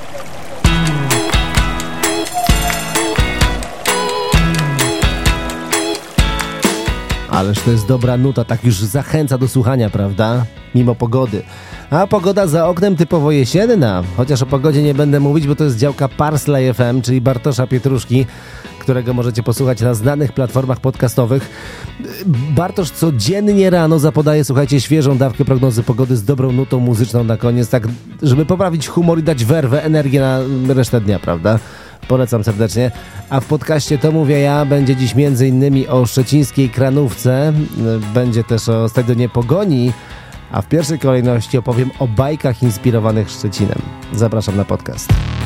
Ależ to jest dobra nuta, tak już zachęca do słuchania, prawda? Mimo pogody. A pogoda za oknem typowo jesienna. Chociaż o pogodzie nie będę mówić, bo to jest działka Parsley FM, czyli Bartosza Pietruszki, którego możecie posłuchać na znanych platformach podcastowych. Bartosz codziennie rano zapodaje, słuchajcie, świeżą dawkę prognozy pogody z dobrą nutą muzyczną na koniec, tak żeby poprawić humor i dać werwę, energię na resztę dnia, prawda? Polecam serdecznie. A w podcaście To Mówię Ja będzie dziś m.in. o szczecińskiej Kranówce, będzie też o stadionie Pogoni, a w pierwszej kolejności opowiem o bajkach inspirowanych Szczecinem. Zapraszam na podcast.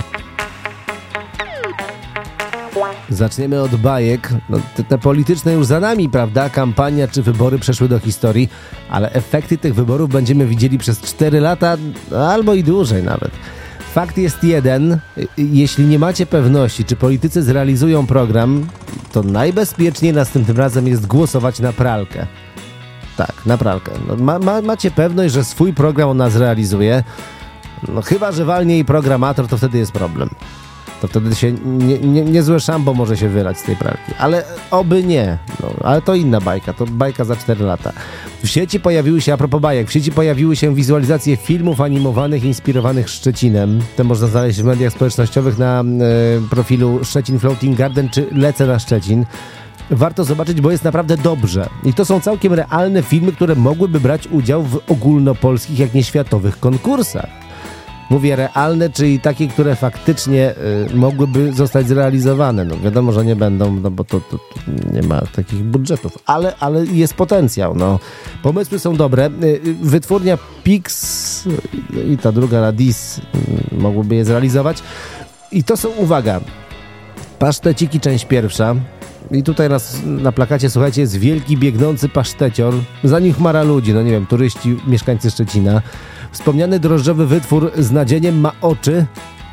Zaczniemy od bajek. No, te polityczne już za nami, prawda? Kampania czy wybory przeszły do historii, ale efekty tych wyborów będziemy widzieli przez 4 lata albo i dłużej nawet. Fakt jest jeden, jeśli nie macie pewności, czy politycy zrealizują program, to najbezpieczniej następnym razem jest głosować na pralkę. Tak, na pralkę. No, macie pewność, że swój program ona zrealizuje, no chyba że walnie jej programator, to wtedy jest problem. To wtedy się niezłe szambo może się wylać z tej pralki. Ale oby nie. No, ale to inna bajka. To bajka za 4 lata. W sieci pojawiły się, a propos bajek, w sieci pojawiły się wizualizacje filmów animowanych inspirowanych Szczecinem. Te można znaleźć w mediach społecznościowych na profilu Szczecin Floating Garden czy Lecę na Szczecin. Warto zobaczyć, bo jest naprawdę dobrze. I to są całkiem realne filmy, które mogłyby brać udział w ogólnopolskich, jak nie światowych konkursach. Mówię realne, czyli takie, które faktycznie mogłyby zostać zrealizowane. No wiadomo, że nie będą, no bo to nie ma takich budżetów, ale jest potencjał. No. Pomysły są dobre. Wytwórnia Pix i ta druga Radis mogłyby je zrealizować. I to są, uwaga, paszteciki, część pierwsza. I tutaj na plakacie, słuchajcie, jest wielki, biegnący pasztecior. Za nim chmara ludzi, no nie wiem, turyści, mieszkańcy Szczecina. Wspomniany drożdżowy wytwór z nadzieniem ma oczy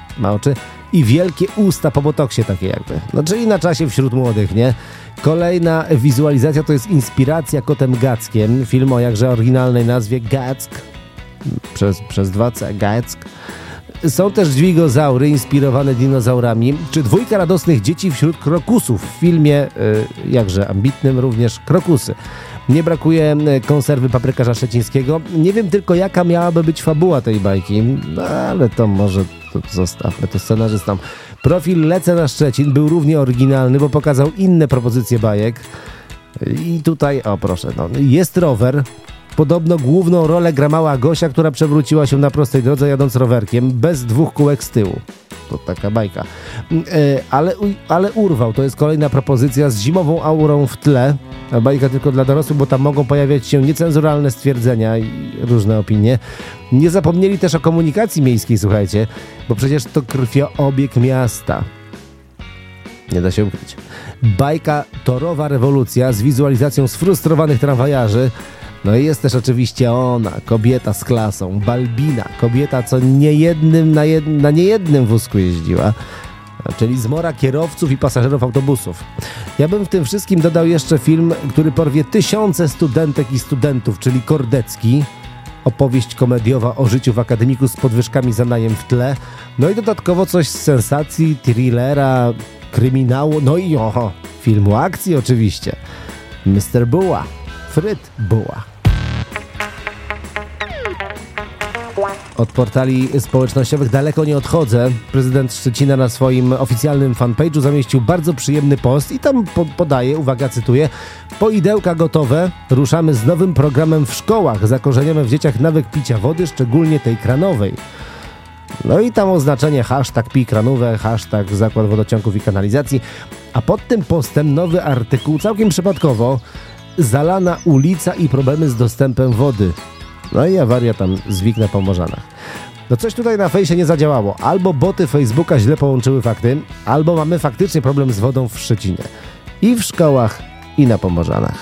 i wielkie usta po botoksie takie jakby. No czyli na czasie wśród młodych, nie? Kolejna wizualizacja to jest Inspiracja kotem Gackiem. Film o jakże oryginalnej nazwie Gack. Przez 2C, Gack. Są też dźwigozaury inspirowane dinozaurami, czy 2 radosnych dzieci wśród krokusów w filmie jakże ambitnym również Krokusy. Nie brakuje konserwy paprykarza szczecińskiego. Nie wiem tylko, jaka miałaby być fabuła tej bajki, no, ale to może zostawmy to scenarzystom. Profil Lecę na Szczecin był równie oryginalny, bo pokazał inne propozycje bajek. I tutaj, o proszę, no, jest rower. Podobno główną rolę gra mała Gosia, która przewróciła się na prostej drodze jadąc rowerkiem, bez 2 kółek z tyłu. To taka bajka. Ale urwał. To jest kolejna propozycja z zimową aurą w tle. A bajka tylko dla dorosłych, bo tam mogą pojawiać się niecenzuralne stwierdzenia i różne opinie. Nie zapomnieli też o komunikacji miejskiej, słuchajcie, bo przecież to krwiobieg miasta. Nie da się ukryć. Bajka Torowa rewolucja z wizualizacją sfrustrowanych tramwajarzy. No i jest też oczywiście ona, kobieta z klasą, Balbina, kobieta, co na niejednym wózku jeździła, czyli zmora kierowców i pasażerów autobusów. Ja bym w tym wszystkim dodał jeszcze film, który porwie tysiące studentek i studentów, czyli Kordecki, opowieść komediowa o życiu w akademiku z podwyżkami za najem w tle, no i dodatkowo coś z sensacji, thrillera, kryminału, no i filmu akcji oczywiście. Mr. Buła, Fryd Buła. Od portali społecznościowych daleko nie odchodzę. Prezydent Szczecina na swoim oficjalnym fanpage'u zamieścił bardzo przyjemny post i tam podaje, uwaga, cytuję: poidełka gotowe, ruszamy z nowym programem w szkołach, zakorzeniamy w dzieciach nawyk picia wody, szczególnie tej kranowej. No i tam oznaczenie hashtag pij kranówę, hashtag zakład wodociągów i kanalizacji, a pod tym postem nowy artykuł, całkiem przypadkowo: zalana ulica i problemy z dostępem wody. No i awaria tam zwik na Pomorzanach. No coś tutaj na fejsie nie zadziałało. Albo boty Facebooka źle połączyły fakty, albo mamy faktycznie problem z wodą w Szczecinie. I w szkołach, i na Pomorzanach.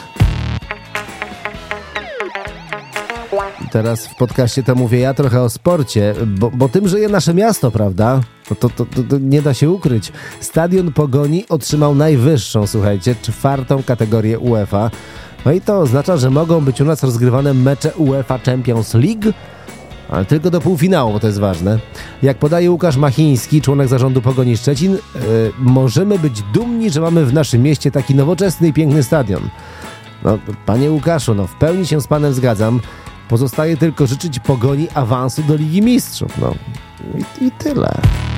Teraz w podcaście To Mówię Ja trochę o sporcie, bo tym żyje nasze miasto, prawda? To nie da się ukryć. Stadion Pogoni otrzymał najwyższą, słuchajcie, 4. kategorię UEFA. No i to oznacza, że mogą być u nas rozgrywane mecze UEFA Champions League Ale tylko do półfinału, bo to jest ważne. Jak podaje Łukasz Machiński, członek zarządu Pogoni Szczecin, możemy być dumni, że mamy w naszym mieście taki nowoczesny i piękny stadion. No, panie Łukaszu, w pełni się z panem zgadzam. Pozostaje tylko życzyć Pogoni awansu do Ligi Mistrzów. No i tyle.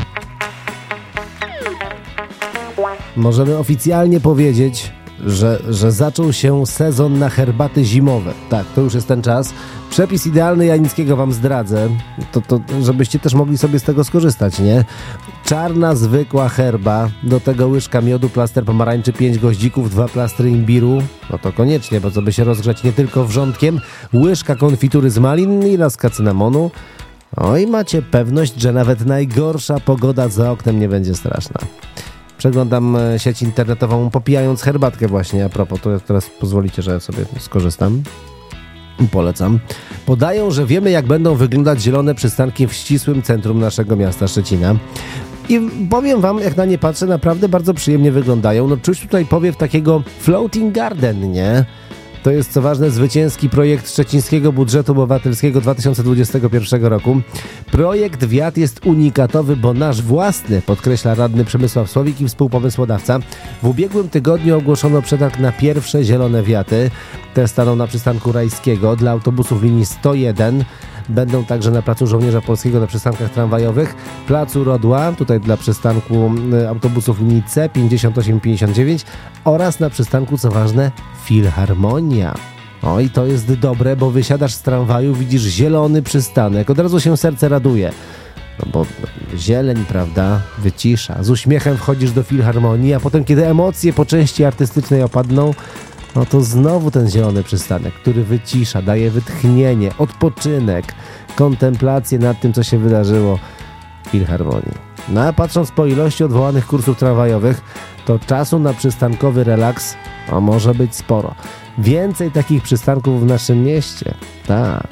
Możemy oficjalnie powiedzieć, że zaczął się sezon na herbaty zimowe. Tak, to już jest ten czas. Przepis idealny Janickiego wam zdradzę, to żebyście też mogli sobie z tego skorzystać, nie? Czarna, zwykła herba, do tego łyżka miodu, plaster pomarańczy, 5 goździków, 2 plastry imbiru. No to koniecznie, bo co by się rozgrzać nie tylko wrzątkiem, łyżka konfitury z malin i laska cynamonu. No i macie pewność, że nawet najgorsza pogoda za oknem nie będzie straszna. Przeglądam sieć internetową, popijając herbatkę właśnie, a propos, to teraz pozwolicie, że sobie skorzystam. Polecam. Podają, że wiemy, jak będą wyglądać zielone przystanki w ścisłym centrum naszego miasta Szczecina. I powiem wam, jak na nie patrzę, naprawdę bardzo przyjemnie wyglądają. No czuć tutaj powiew takiego floating garden, nie? To jest, co ważne, zwycięski projekt szczecińskiego budżetu obywatelskiego 2021 roku. Projekt Wiat jest unikatowy, bo nasz własny, podkreśla radny Przemysław Słowik i współpomysłodawca. W ubiegłym tygodniu ogłoszono przetarg na pierwsze zielone wiaty. Te staną na przystanku Rajskiego dla autobusów linii 101. Będą także na Placu Żołnierza Polskiego na przystankach tramwajowych, Placu Rodła, tutaj dla przystanku autobusów linii C 58-59 oraz na przystanku, co ważne, Filharmonia. O i to jest dobre, bo wysiadasz z tramwaju, widzisz zielony przystanek, od razu się serce raduje. No bo zieleń, prawda, wycisza. Z uśmiechem wchodzisz do Filharmonii, a potem, kiedy emocje po części artystycznej opadną, no to znowu ten zielony przystanek, który wycisza, daje wytchnienie, odpoczynek, kontemplację nad tym, co się wydarzyło w Filharmonii. No a patrząc po ilości odwołanych kursów tramwajowych, to czasu na przystankowy relaks może być sporo. Więcej takich przystanków w naszym mieście. Tak.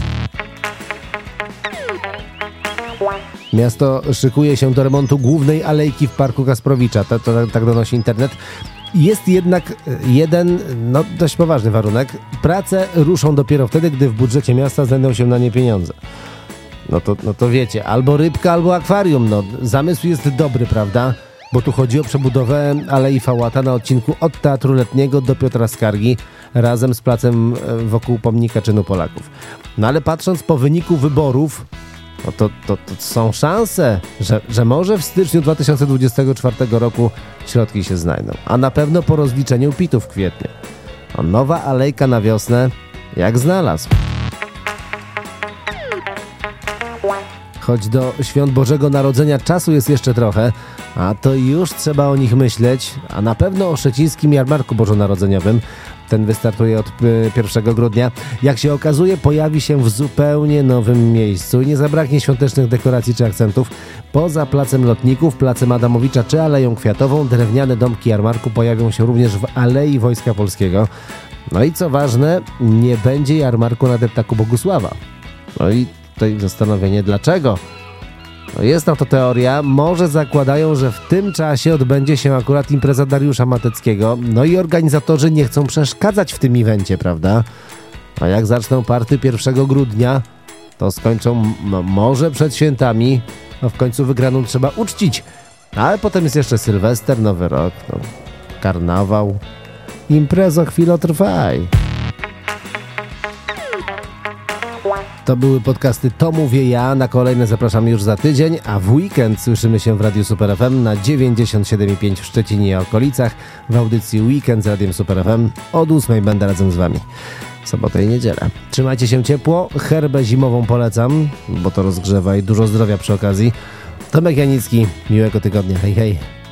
Miasto szykuje się do remontu głównej alejki w Parku Kasprowicza. Tak donosi internet. Jest jednak jeden, dość poważny warunek. Prace ruszą dopiero wtedy, gdy w budżecie miasta znajdą się na nie pieniądze. No to wiecie, albo rybka, albo akwarium. Zamysł jest dobry, prawda? Bo tu chodzi o przebudowę Alei Fałata na odcinku od Teatru Letniego do Piotra Skargi razem z placem wokół pomnika czynu Polaków. No ale patrząc po wyniku wyborów, to są szanse, że może w styczniu 2024 roku środki się znajdą. A na pewno po rozliczeniu PIT-u w kwietniu. Nowa alejka na wiosnę jak znalazł. Choć do świąt Bożego Narodzenia czasu jest jeszcze trochę, a to już trzeba o nich myśleć, a na pewno o szczecińskim jarmarku bożonarodzeniowym. Ten wystartuje od 1 grudnia. Jak się okazuje, pojawi się w zupełnie nowym miejscu i nie zabraknie świątecznych dekoracji czy akcentów. Poza Placem Lotników, Placem Adamowicza czy Aleją Kwiatową, drewniane domki jarmarku pojawią się również w Alei Wojska Polskiego. No i co ważne, nie będzie jarmarku na deptaku Bogusława. No i tutaj zastanowienie, dlaczego? Jest na to teoria, może zakładają, że w tym czasie odbędzie się akurat impreza Dariusza Mateckiego, no i organizatorzy nie chcą przeszkadzać w tym evencie, prawda? A jak zaczną party 1 grudnia, to skończą może przed świętami, w końcu wygraną trzeba uczcić, ale potem jest jeszcze Sylwester, Nowy Rok, karnawał, imprezo chwilotrwaj. To były podcasty To Mówię Ja. Na kolejne zapraszam już za tydzień, a w weekend słyszymy się w Radiu Super FM na 97,5 w Szczecinie i okolicach w audycji Weekend z Radiem Super FM. Od 8 będę razem z wami. Sobotę i niedzielę. Trzymajcie się ciepło, herbę zimową polecam, bo to rozgrzewa i dużo zdrowia przy okazji. Tomek Janicki, miłego tygodnia. Hej, hej.